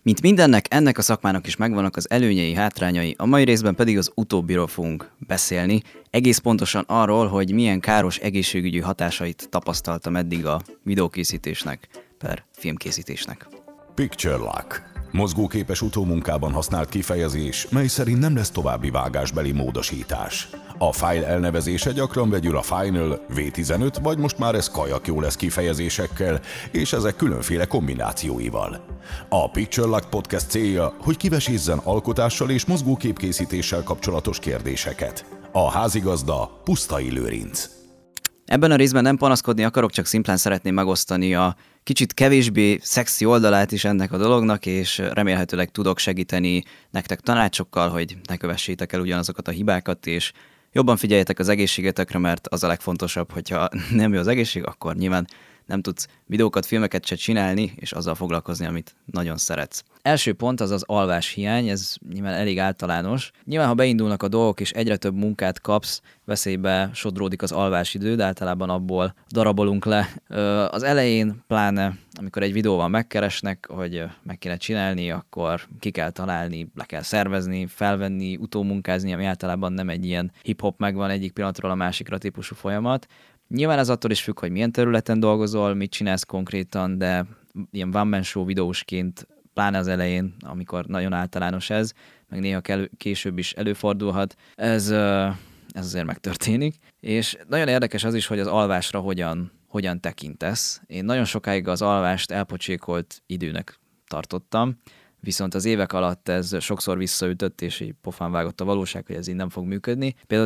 Mint mindennek, ennek a szakmának is megvannak az előnyei, hátrányai, a mai részben pedig az utóbbiról fogunk beszélni, egész pontosan arról, hogy milyen káros egészségügyi hatásait tapasztaltam eddig a videókészítésnek per filmkészítésnek. Picture Lock. Mozgóképes utómunkában használt kifejezés, mely szerint nem lesz további vágásbeli módosítás. A fájl elnevezése gyakran vegyül a Final, V15 vagy most már ez kajak jó lesz kifejezésekkel, és ezek különféle kombinációival. A Picture Lock podcast célja, hogy kivesézzen alkotással és mozgóképkészítéssel kapcsolatos kérdéseket. A házigazda Pusztai Lőrinc. Ebben a részben nem panaszkodni akarok, csak szimplán szeretném megosztani a kicsit kevésbé szexi oldalát is ennek a dolognak, és remélhetőleg tudok segíteni nektek tanácsokkal, hogy ne kövessétek el ugyanazokat a hibákat, és jobban figyeljetek az egészségetekre, mert az a legfontosabb, hogyha nem jó az egészség, akkor nyilván nem tudsz videókat, filmeket se csinálni, és azzal foglalkozni, amit nagyon szeretsz. Első pont az az alváshiány, ez nyilván elég általános. Nyilván, ha beindulnak a dolgok, és egyre több munkát kapsz, veszélybe sodródik az alvásidő, de általában abból darabolunk le. Az elején, pláne amikor egy videóval megkeresnek, hogy meg kéne csinálni, akkor ki kell találni, le kell szervezni, felvenni, utómunkázni, ami általában nem egy ilyen hip-hop megvan egyik pillanatról a másikra típusú folyamat. Nyilván ez attól is függ, hogy milyen területen dolgozol, mit csinálsz konkrétan, de ilyen one-man show videósként, pláne az elején, amikor nagyon általános ez, meg néha később is előfordulhat, ez azért megtörténik. És nagyon érdekes az is, hogy az alvásra hogyan tekintesz. Én nagyon sokáig az alvást elpocsékolt időnek tartottam, viszont az évek alatt ez sokszor visszaütött, és így pofán vágott a valóság, hogy ez így nem fog működni. Például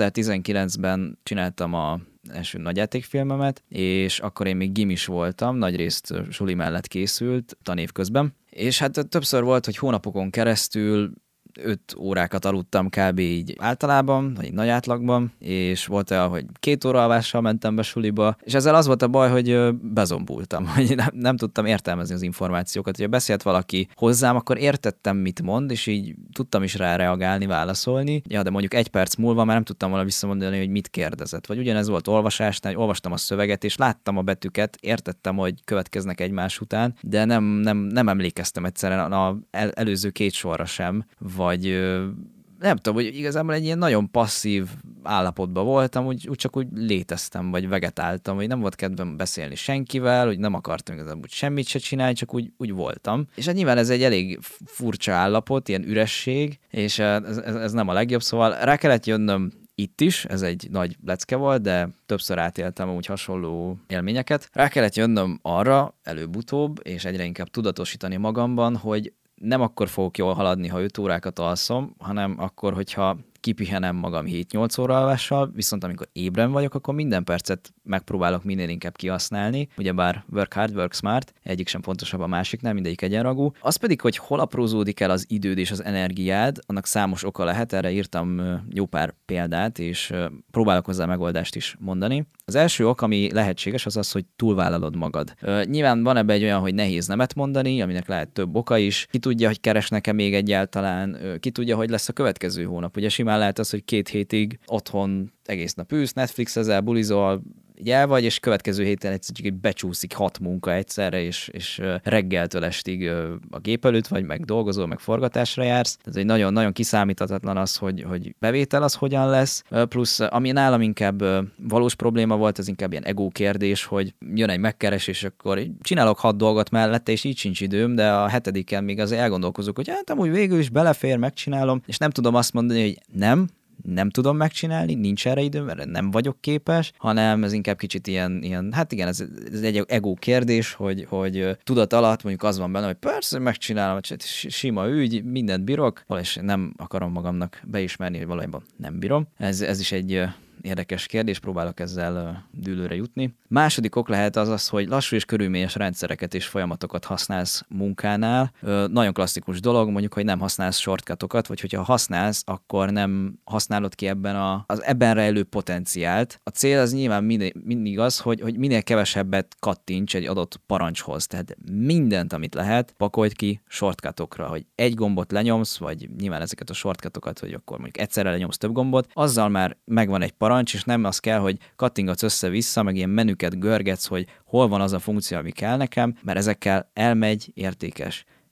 2019-ben csináltam az első nagyjátékfilmemet, és akkor én még gimis voltam, nagyrészt suli mellett készült tanév közben. És hát többször volt, hogy hónapokon keresztül 5 órákat aludtam kb. Így általában, vagy nagy átlagban, és volt olyan, hogy 2 óra alvással mentem be suliba, és ezzel az volt a baj, hogy bezombultam, hogy nem tudtam értelmezni az információkat. Hogyha beszélt valaki hozzám, akkor értettem, mit mond, és így tudtam is rá reagálni, válaszolni. Ja, de mondjuk 1 perc múlva már nem tudtam volna visszamondani, hogy mit kérdezett. Vagy ugyanez volt olvasásnál, hogy olvastam a szöveget, és láttam a betűket, értettem, hogy következnek egymás után, de nem emlékeztem egyszerűen az előző 2 sorra sem, vagy nem tudom, hogy igazából egy ilyen nagyon passzív állapotban voltam, úgy csak úgy léteztem, vagy vegetáltam, hogy nem volt kedvem beszélni senkivel, hogy nem akartam igazából semmit se csinálni, csak úgy voltam. És hát nyilván ez egy elég furcsa állapot, ilyen üresség, és ez nem a legjobb, szóval rá kellett jönnöm itt is, ez egy nagy lecke volt, de többször átéltem úgy hasonló élményeket. Rá kellett jönnöm arra előbb-utóbb, és egyre inkább tudatosítani magamban, hogy nem akkor fogok jól haladni, ha 5 órákat alszom, hanem akkor, hogyha kipihenem magam 7-8 óra alvással, viszont amikor ébren vagyok, akkor minden percet megpróbálok minél inkább kihasználni, ugyebár work hard, work smart, egyik sem fontosabb a másiknál, mindegyik egyenragú. Az pedig, hogy hol aprózódik el az időd és az energiád, annak számos oka lehet, erre írtam jó pár példát, és próbálok hozzá megoldást is mondani. Az első ok, ami lehetséges, az az, hogy túlvállalod magad. Nyilván van ebben egy olyan, hogy nehéz nemet mondani, aminek lehet több oka is. Ki tudja, hogy keresnek-e még egyáltalán, ki tudja, hogy lesz a következő hónap. Ugye simán lehet az, hogy 2 hétig otthon egész nap ülsz, Netflixezel, bulizol, így el vagy, és következő héten egyszerűen becsúszik 6 munka egyszerre, és reggeltől estig a gép előtt vagy, meg dolgozol, meg forgatásra jársz. Tehát egy nagyon-nagyon kiszámíthatatlan az, hogy bevétel az hogyan lesz. Plusz, ami nálam inkább valós probléma volt, az inkább ilyen ego kérdés, hogy jön egy megkeresés, akkor csinálok 6 dolgot mellette, és így sincs időm, de a 7-en még azért elgondolkozok, hogy hát amúgy végül is belefér, megcsinálom, és nem tudom azt mondani, hogy nem tudom megcsinálni, nincs erre időm, erre nem vagyok képes, hanem ez inkább kicsit ilyen hát igen, ez egy ego kérdés, hogy tudat alatt mondjuk az van benne, hogy persze megcsinálom, sima ügy, mindent bírok, és nem akarom magamnak beismerni, hogy valójában nem bírom. Ez is egy érdekes kérdés, próbálok ezzel dűlőre jutni. Második ok lehet az, hogy lassú és körülményes rendszereket és folyamatokat használsz munkánál. Nagyon klasszikus dolog, mondjuk, hogy nem használsz shortcutokat, vagy hogyha használsz, akkor nem használod ki ebben rejlő potenciált. A cél az nyilván mindig az, hogy minél kevesebbet kattints egy adott parancshoz. Tehát mindent, amit lehet, pakold ki shortcutokra, hogy egy gombot lenyomsz, vagy nyilván ezeket a shortcutokat, hogy akkor mondjuk egyszerre lenyomsz több gombot, azzal már megvan egy parancs, és nem az kell, hogy kattingatsz össze-vissza, meg ilyen menüket görgetsz, hogy hol van az a funkció, ami kell nekem, mert ezekkel elmegy értékes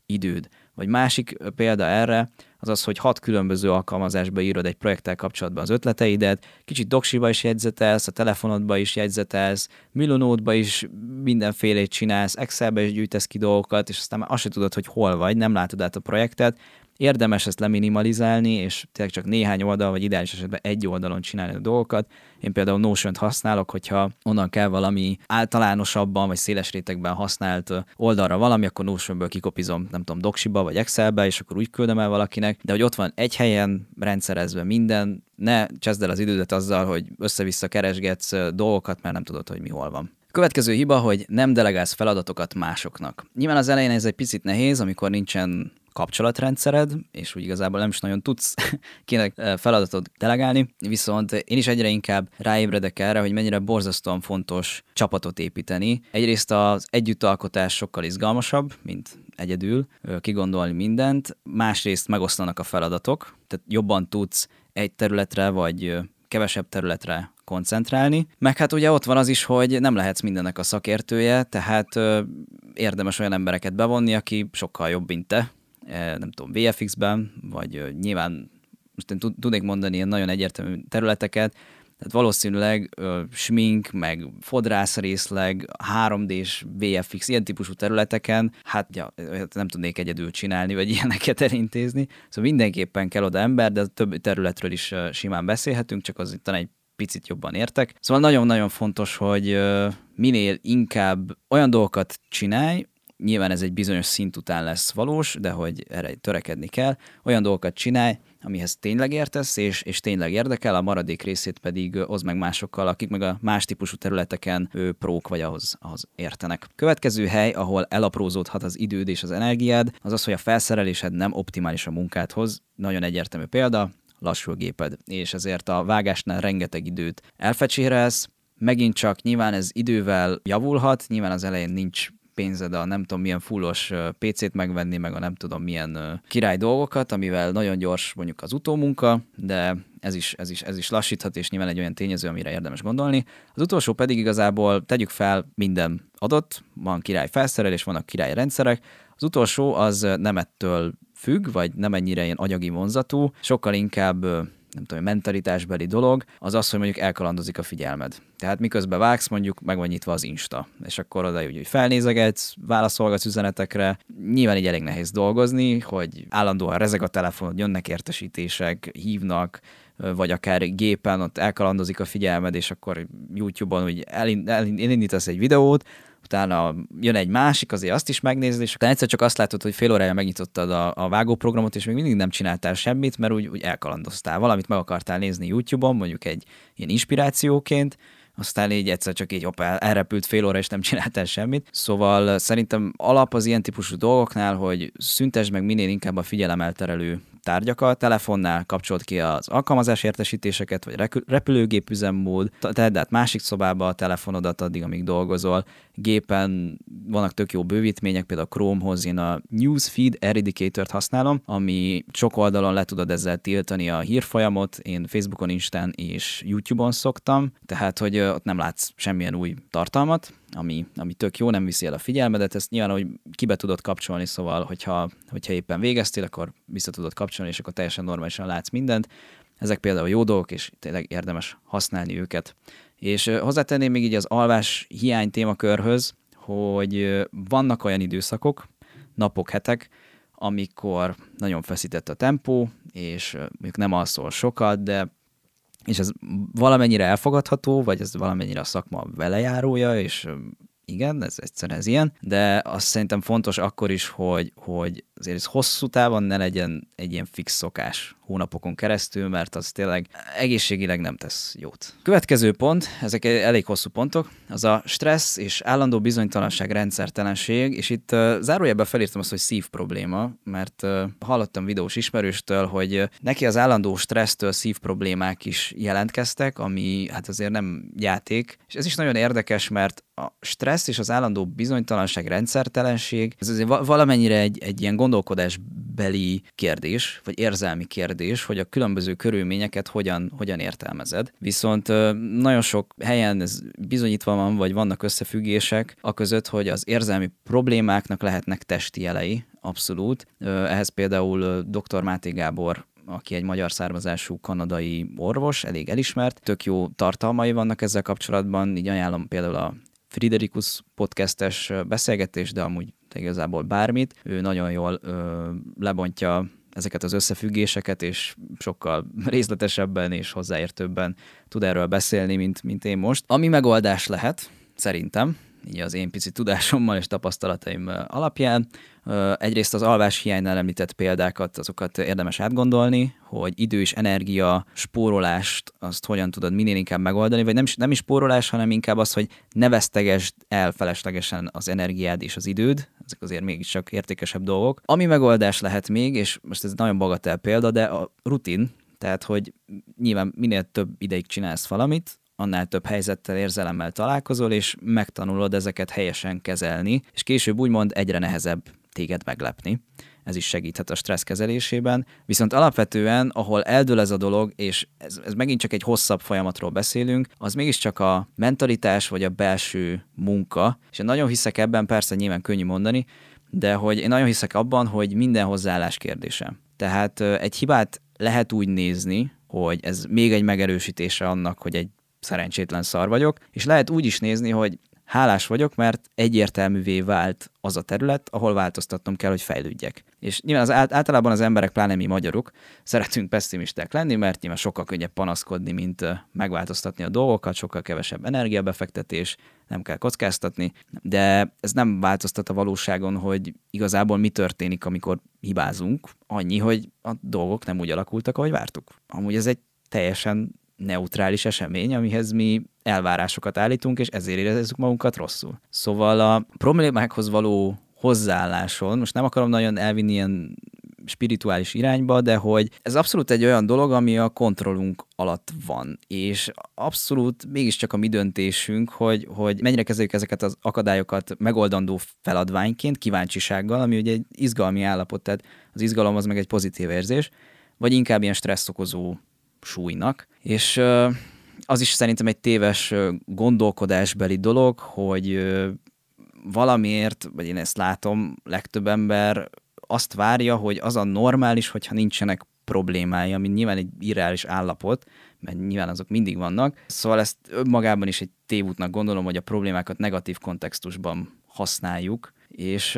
időd. Vagy másik példa erre, az az, hogy 6 különböző alkalmazásba írod egy projekttel kapcsolatban az ötleteidet, kicsit doksiba is jegyzetelsz, a telefonodba is jegyzetelsz, Milonódba is mindenfélét csinálsz, Excelbe is gyűjtesz ki dolgokat, és aztán már azt se tudod, hogy hol vagy, nem látod át a projektet. Érdemes ezt leminimalizálni, és tényleg csak néhány oldal, vagy ideális esetben egy oldalon csinálni a dolgokat. Én például Notion-t használok, hogyha onnan kell valami általánosabban, vagy széles rétegben használt oldalra valami, akkor Notionből kikopizom, nem tudom, Doksiba, vagy Excelbe, és akkor úgy küldöm el valakinek, de hogy ott van egy helyen rendszerezve minden, ne cseszd el az idődet azzal, hogy össze-vissza keresgetsz dolgokat, mert nem tudod, hogy mi hol van. Következő hiba, hogy nem delegálsz feladatokat másoknak. Nyilván az elején ez egy picit nehéz, amikor nincsen kapcsolatrendszered, és úgy igazából nem is nagyon tudsz kinek feladatot delegálni, viszont én is egyre inkább ráébredek erre, hogy mennyire borzasztóan fontos csapatot építeni. Egyrészt az együttalkotás sokkal izgalmasabb, mint egyedül kigondolni mindent, másrészt megoszlanak a feladatok, tehát jobban tudsz egy területre vagy kevesebb területre koncentrálni. Meg hát ugye ott van az is, hogy nem lehetsz mindennek a szakértője, tehát érdemes olyan embereket bevonni, aki sokkal jobb, mint te, nem tudom, VFX-ben, vagy nyilván most én tudnék mondani ilyen nagyon egyértelmű területeket, tehát valószínűleg smink, meg fodrász részleg, 3D-s VFX, ilyen típusú területeken, hát ja, nem tudnék egyedül csinálni, vagy ilyeneket elintézni. Szóval mindenképpen kell oda ember, de a többi területről is simán beszélhetünk, csak az itt talán egy picit jobban értek. Szóval nagyon-nagyon fontos, hogy minél inkább olyan dolgokat csinálj, nyilván ez egy bizonyos szint után lesz valós, de hogy erre törekedni kell, olyan dolgokat csinálj, amihez tényleg értesz, és tényleg érdekel, a maradék részét pedig oszd meg másokkal, akik meg a más típusú területeken prók vagy ahhoz értenek. Következő hely, ahol elaprózódhat az időd és az energiád, az az, hogy a felszerelésed nem optimális a munkádhoz. Nagyon egyértelmű példa, lassú a géped, és ezért a vágásnál rengeteg időt elfecsérelsz. Megint csak nyilván ez idővel javulhat, nyilván az elején nincs pénzed a nem tudom milyen fullos PC-t megvenni, meg a nem tudom milyen király dolgokat, amivel nagyon gyors mondjuk az utómunka, de ez is lassíthat, és nyilván egy olyan tényező, amire érdemes gondolni. Az utolsó pedig igazából tegyük fel, minden adott, van király felszerelés, vannak király rendszerek. Az utolsó az nem ettől függ, vagy nem ennyire ilyen anyagi vonzatú, sokkal inkább nem tudom, mentalitásbeli dolog, az az, hogy mondjuk elkalandozik a figyelmed. Tehát miközben vágsz, mondjuk meg van nyitva az Insta, és akkor oda úgy felnézegetsz, válaszolgatsz üzenetekre. Nyilván így elég nehéz dolgozni, hogy állandóan rezeg a telefonod, jönnek értesítések, hívnak, vagy akár gépen ott elkalandozik a figyelmed, és akkor YouTube-on úgy elindítasz egy videót, utána jön egy másik, azért azt is megnézed, és utána egyszer csak azt látod, hogy fél órája megnyitottad a vágóprogramot, és még mindig nem csináltál semmit, mert úgy elkalandoztál. Valamit meg akartál nézni YouTube-on, mondjuk egy ilyen inspirációként, aztán így egyszer csak így elrepült fél óra, és nem csináltál semmit. Szóval szerintem alap az ilyen típusú dolgoknál, hogy szüntesd meg minél inkább a figyelemelterelő tárgyakat, telefonnál kapcsolt ki az alkalmazás értesítéseket, vagy repülőgép üzemmód, tedd át másik szobába a telefonodat addig, amíg dolgozol. Gépen vannak tök jó bővítmények, például a Chromehoz én a Newsfeed Eradicator-t használom, ami sok oldalon le tudod ezzel tiltani a hírfolyamot, én Facebookon, Instán és YouTube-on szoktam, tehát hogy ott nem látsz semmilyen új tartalmat, ami tök jó, nem viszi el a figyelmedet, ezt nyilván, hogy kibe tudod kapcsolni, szóval, hogyha éppen végeztél, akkor vissza tudod kapcsolni, és akkor teljesen normálisan látsz mindent. Ezek például jó dolgok, és tényleg érdemes használni őket. És hozzátenném még így az alvás hiány témakörhöz, hogy vannak olyan időszakok, napok, hetek, amikor nagyon feszített a tempó, és mondjuk nem alszol sokat, de és ez valamennyire elfogadható, vagy ez valamennyire a szakma velejárója, és igen, ez ilyen, de azt szerintem fontos akkor is, hogy azért ez hosszú távon ne legyen egy ilyen fix szokás hónapokon keresztül, mert az tényleg egészségileg nem tesz jót. Következő pont, ezek elég hosszú pontok, az a stressz és állandó bizonytalanság, rendszertelenség, és itt zárójelben felírtam azt, hogy szívprobléma, mert hallottam videós ismerőstől, hogy neki az állandó stressztől szívproblémák is jelentkeztek, ami hát azért nem játék, és ez is nagyon érdekes, mert a stressz és az állandó bizonytalanság, rendszertelenség, ez azért valamennyire egy ilyen gondolkodás tudásbeli kérdés, vagy érzelmi kérdés, hogy a különböző körülményeket hogyan értelmezed. Viszont nagyon sok helyen ez bizonyítva van, vagy vannak összefüggések aközött, hogy az érzelmi problémáknak lehetnek testi jelei, abszolút. Ehhez például dr. Máté Gábor, aki egy magyar származású kanadai orvos, elég elismert. Tök jó tartalmai vannak ezzel kapcsolatban, így ajánlom például a Friderikus podcastes beszélgetés, de amúgy igazából bármit. Ő nagyon jól lebontja ezeket az összefüggéseket, és sokkal részletesebben és hozzáértőbben tud erről beszélni, mint én most. Ami megoldás lehet, szerintem, így az én pici tudásommal és tapasztalataim alapján. Egyrészt az alváshiánynál említett példákat, azokat érdemes átgondolni, hogy idő és energia spórolást azt hogyan tudod minél inkább megoldani, vagy nem is spórolás, hanem inkább az, hogy ne vesztegesd el feleslegesen az energiád és az időd, ezek azért mégiscsak értékesebb dolgok. Ami megoldás lehet még, és most ez nagyon bagatel példa, de a rutin, tehát hogy nyilván minél több ideig csinálsz valamit, annál több helyzettel, érzelemmel találkozol, és megtanulod ezeket helyesen kezelni, és később úgymond egyre nehezebb téged meglepni. Ez is segíthet a stressz kezelésében. Viszont alapvetően, ahol eldől ez a dolog, és ez megint csak egy hosszabb folyamatról beszélünk, az mégiscsak a mentalitás vagy a belső munka. És én nagyon hiszek ebben, persze nyilván könnyű mondani, de hogy én nagyon hiszek abban, hogy minden hozzáállás kérdése. Tehát egy hibát lehet úgy nézni, hogy ez még egy megerősítése annak, hogy egy szerencsétlen szar vagyok, és lehet úgy is nézni, hogy hálás vagyok, mert egyértelművé vált az a terület, ahol változtatnom kell, hogy fejlődjek. És nyilván általában az emberek, pláne mi magyarok, szeretünk pessimisták lenni, mert nyilván sokkal könnyebb panaszkodni, mint megváltoztatni a dolgokat, sokkal kevesebb energiabefektetés, nem kell kockáztatni, de ez nem változtat a valóságon, hogy igazából mi történik, amikor hibázunk, annyi, hogy a dolgok nem úgy alakultak, ahogy vártuk. Amúgy ez egy teljesen neutrális esemény, amihez mi elvárásokat állítunk, és ezért érezzük magunkat rosszul. Szóval a problémákhoz való hozzáálláson, most nem akarom nagyon elvinni ilyen spirituális irányba, de hogy ez abszolút egy olyan dolog, ami a kontrollunk alatt van, és abszolút mégiscsak a mi döntésünk, hogy mennyire kezeljük ezeket az akadályokat megoldandó feladványként, kíváncsisággal, ami ugye egy izgalmi állapot, tehát az izgalom az meg egy pozitív érzés, vagy inkább ilyen stressz okozó súlynak, és az is szerintem egy téves gondolkodásbeli dolog, hogy valamiért, vagy én ezt látom, legtöbb ember azt várja, hogy az a normális, hogyha nincsenek problémái, ami nyilván egy irreális állapot, mert nyilván azok mindig vannak. Szóval ezt önmagában is egy tévútnak gondolom, hogy a problémákat negatív kontextusban használjuk, és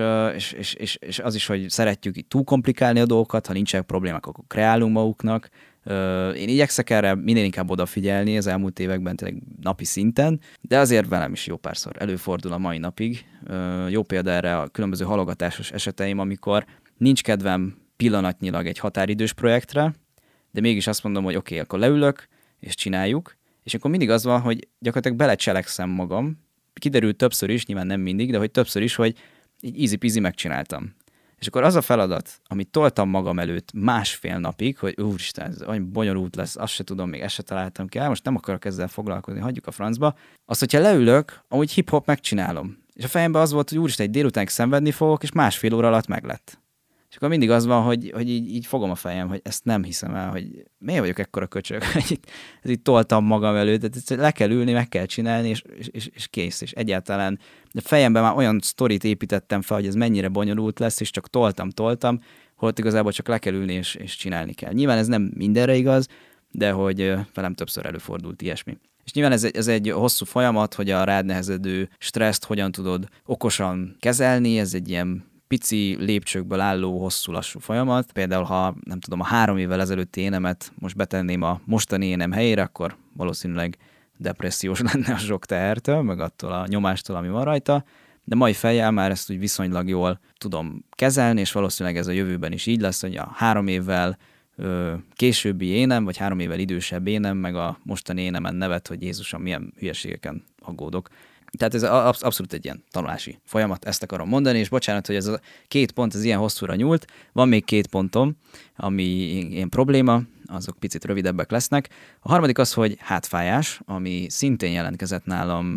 az is, hogy szeretjük túl komplikálni a dolgokat, ha nincsenek problémák, akkor kreálunk maguknak. Én igyekszek erre minél inkább odafigyelni az elmúlt években, tényleg napi szinten, de azért velem is jó párszor előfordul a mai napig. Jó példa erre a különböző halogatásos eseteim, amikor nincs kedvem pillanatnyilag egy határidős projektre, de mégis azt mondom, hogy oké, akkor leülök, és csináljuk, és akkor mindig az van, hogy gyakorlatilag belecselekszem magam, kiderült többször is, nyilván nem mindig, de hogy többször is, hogy így easy-peasy megcsináltam. És akkor az a feladat, amit toltam magam előtt másfél napig, hogy úristen, ez olyan bonyolult lesz, azt se tudom, még ezt se találtam ki, most nem akarok ezzel foglalkozni, hagyjuk a francba. Azt, hogyha leülök, amúgy hip-hop megcsinálom. És a fejemben az volt, hogy úristen, egy délutánig szenvedni fogok, és másfél óra alatt meglett. És akkor mindig az van, hogy így fogom a fejem, hogy ezt nem hiszem el, hogy miért vagyok ekkora köcsög, hogy itt toltam magam előtt, tehát le kell ülni, meg kell csinálni, és kész. És egyáltalán a fejemben már olyan sztorit építettem fel, hogy ez mennyire bonyolult lesz, és csak toltam, holott igazából csak le kell ülni, és csinálni kell. Nyilván ez nem mindenre igaz, de hogy velem többször előfordult ilyesmi. És nyilván ez egy hosszú folyamat, hogy a rád nehezedő stresszt hogyan tudod okosan kezelni, ez egy ilyen pici lépcsőkből álló, hosszú, lassú folyamat. Például, ha nem tudom, a 3 évvel ezelőtti énemet most betenném a mostani énem helyére, akkor valószínűleg depressziós lenne a sok tehertől, meg attól a nyomástól, ami van rajta, de mai fejjel már ezt úgy viszonylag jól tudom kezelni, és valószínűleg ez a jövőben is így lesz, hogy a 3 évvel későbbi énem, vagy 3 évvel idősebb énem, meg a mostani énemen nevet, hogy Jézusom, milyen hülyeségeken aggódok. Tehát ez abszolút egy ilyen tanulási folyamat, ezt akarom mondani, és bocsánat, hogy ez a 2 pont az ilyen hosszúra nyúlt. Van még 2 pontom, ami ilyen probléma, azok picit rövidebbek lesznek. A harmadik az, hogy hátfájás, ami szintén jelentkezett nálam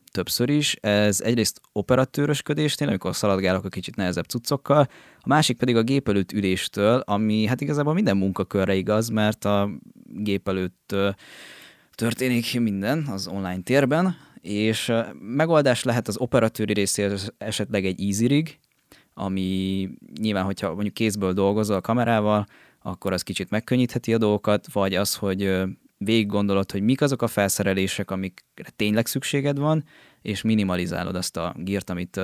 többször is. Ez egyrészt operatőrösködésnél, amikor szaladgálok a kicsit nehezebb cuccokkal, a másik pedig a gép előtt üléstől, ami hát igazából minden munkakörre igaz, mert a gép előtt történik minden az online térben, és megoldás lehet az operatőri részéről esetleg egy easy rig, ami nyilván, hogyha mondjuk kézből dolgozol a kamerával, akkor az kicsit megkönnyítheti a dolgokat, vagy az, hogy végig gondolod, hogy mik azok a felszerelések, amikre tényleg szükséged van, és minimalizálod azt a gírt, amit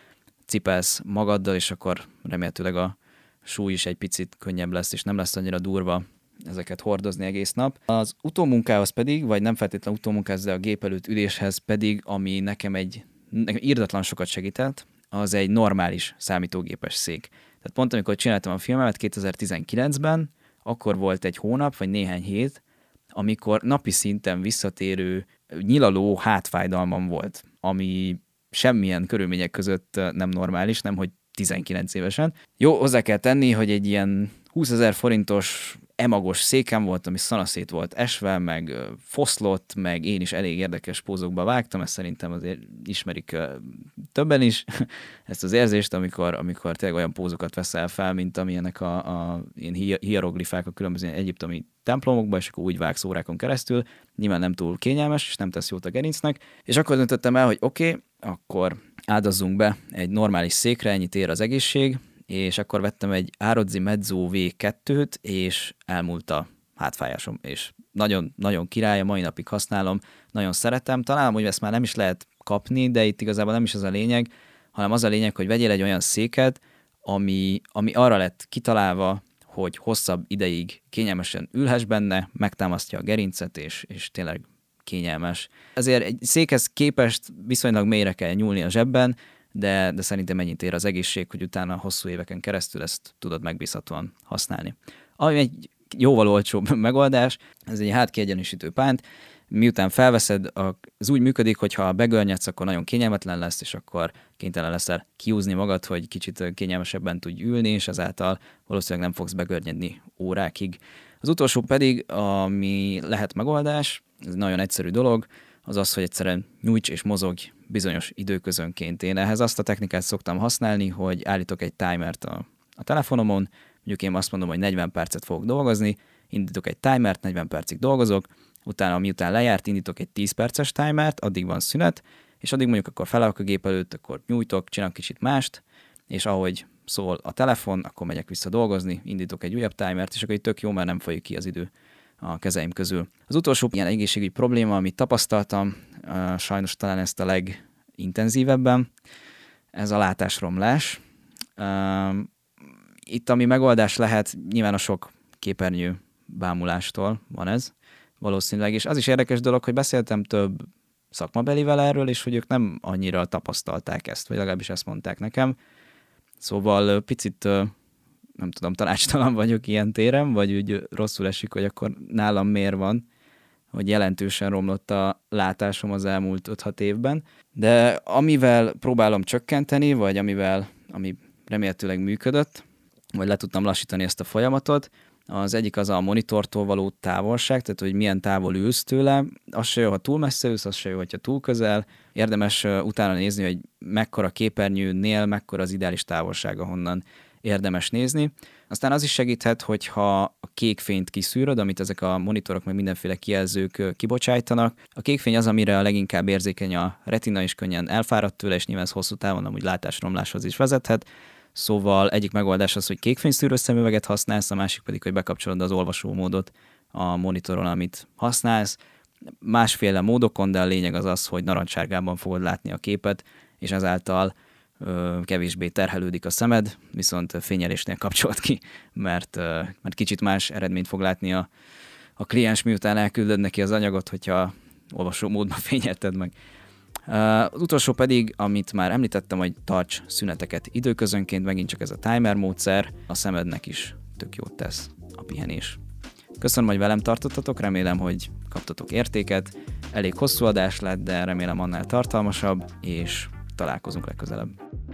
cipelsz magaddal, és akkor remélhetőleg a súly is egy picit könnyebb lesz, és nem lesz annyira durva ezeket hordozni egész nap. Az utómunkához pedig, vagy nem feltétlenül utómunkához, de a gép előtt üléshez pedig, ami nekem irdatlan sokat segített, az egy normális számítógépes szék. Tehát pont amikor csináltam a filmemet 2019-ben, akkor volt egy hónap, vagy néhány hét, amikor napi szinten visszatérő nyilaló hátfájdalmam volt, ami semmilyen körülmények között nem normális, nemhogy 19 évesen. Jó, hozzá kell tenni, hogy egy ilyen 20 000 forintos emagos székem volt, ami szanaszét volt esve, meg foszlott, meg én is elég érdekes pózokba vágtam, ezt szerintem azért ismerik többen is, ezt az érzést, amikor tényleg olyan pózokat veszel fel, mint amilyenek a ilyen hieroglifák a különböző egyiptomi templomokban, és akkor úgy vágsz órákon keresztül, nyilván nem túl kényelmes, és nem tesz jót a gerincnek, és akkor döntöttem el, hogy oké, akkor áldozzunk be egy normális székre, ennyit ér az egészség, és akkor vettem egy Arodzi Mezzo V2-t, és elmúlt a hátfájásom, és nagyon király, a mai napig használom, nagyon szeretem, talán hogy ezt már nem is lehet kapni, de itt igazából nem is az a lényeg, hanem az a lényeg, hogy vegyél egy olyan széket, ami arra lett kitalálva, hogy hosszabb ideig kényelmesen ülhess benne, megtámasztja a gerincet, és tényleg kényelmes. Ezért egy székhez képest viszonylag mélyre kell nyúlni a zsebben, de szerintem mennyit ér az egészség, hogy utána hosszú éveken keresztül ezt tudod megbízhatóan használni. Ami egy jóval olcsóbb megoldás, ez egy hátkiegyenesítő pánt, miután felveszed, az úgy működik, hogyha begörnyedsz, akkor nagyon kényelmetlen lesz, és akkor kénytelen leszel kiúzni magad, hogy kicsit kényelmesebben tudj ülni, és ezáltal valószínűleg nem fogsz begörnyedni órákig. Az utolsó pedig, ami lehet megoldás, ez egy nagyon egyszerű dolog, az az, hogy egyszerűen nyújts és mozogj bizonyos időközönként. Én ehhez azt a technikát szoktam használni, hogy állítok egy timert a telefonomon, mondjuk én azt mondom, hogy 40 percet fogok dolgozni, indítok egy timert, 40 percig dolgozok, utána miután lejárt, indítok egy 10 perces timert, addig van szünet, és addig mondjuk akkor felállok a gép előtt, akkor nyújtok, csinálok kicsit mást, és ahogy szól a telefon, akkor megyek vissza dolgozni, indítok egy újabb timert, és akkor így tök jó, mert nem folyik ki az idő a kezeim közül. Az utolsó ilyen egészségügyi probléma, amit tapasztaltam, sajnos talán ezt a legintenzívebben, ez a látásromlás. Itt ami megoldás lehet, nyilván a sok képernyő bámulástól van ez valószínűleg, és az is érdekes dolog, hogy beszéltem több szakmabelivel erről, és hogy ők nem annyira tapasztalták ezt, vagy legalábbis ezt mondták nekem. Szóval picit nem tudom, tanácstalan vagyok ilyen téren, vagy úgy rosszul esik, hogy akkor nálam miért van, hogy jelentősen romlott a látásom az elmúlt 5-6 évben. De amivel próbálom csökkenteni, vagy ami remélhetőleg működött, vagy le tudtam lassítani ezt a folyamatot, az egyik az a monitortól való távolság, tehát hogy milyen távol ülsz tőle. Az se jó, ha túl messze ülsz, az se jó, hogyha túl közel. Érdemes utána nézni, hogy mekkora képernyőnél, mekkora az ideális távolság, ahonnan érdemes nézni. Aztán az is segíthet, hogyha a kék fényt kiszűröd, amit ezek a monitorok meg mindenféle kijelzők kibocsájtanak. A kék fény az, amire a leginkább érzékeny a retina, is könnyen elfárad tőle, és nyilván ez hosszú távon amúgy látásromláshoz is vezethet. Szóval egyik megoldás az, hogy kékfényszűrő szemüveget használsz, a másik pedig, hogy bekapcsolod az olvasómódot a monitoron, amit használsz. Másféle módokon, de a lényeg az az, hogy narancsárgában fogod látni a képet, és ezáltal kevésbé terhelődik a szemed, viszont fényelésnél kapcsolt ki, mert kicsit más eredményt fog látni a kliens, miután elküldöd neki az anyagot, hogyha olvasómódban fényelted meg. Az utolsó pedig, amit már említettem, hogy tarts szüneteket időközönként, megint csak ez a timer módszer, a szemednek is tök jót tesz a pihenés. Köszönöm, hogy velem tartottatok, remélem, hogy kaptatok értéket. Elég hosszú adás lett, de remélem annál tartalmasabb, és találkozunk legközelebb.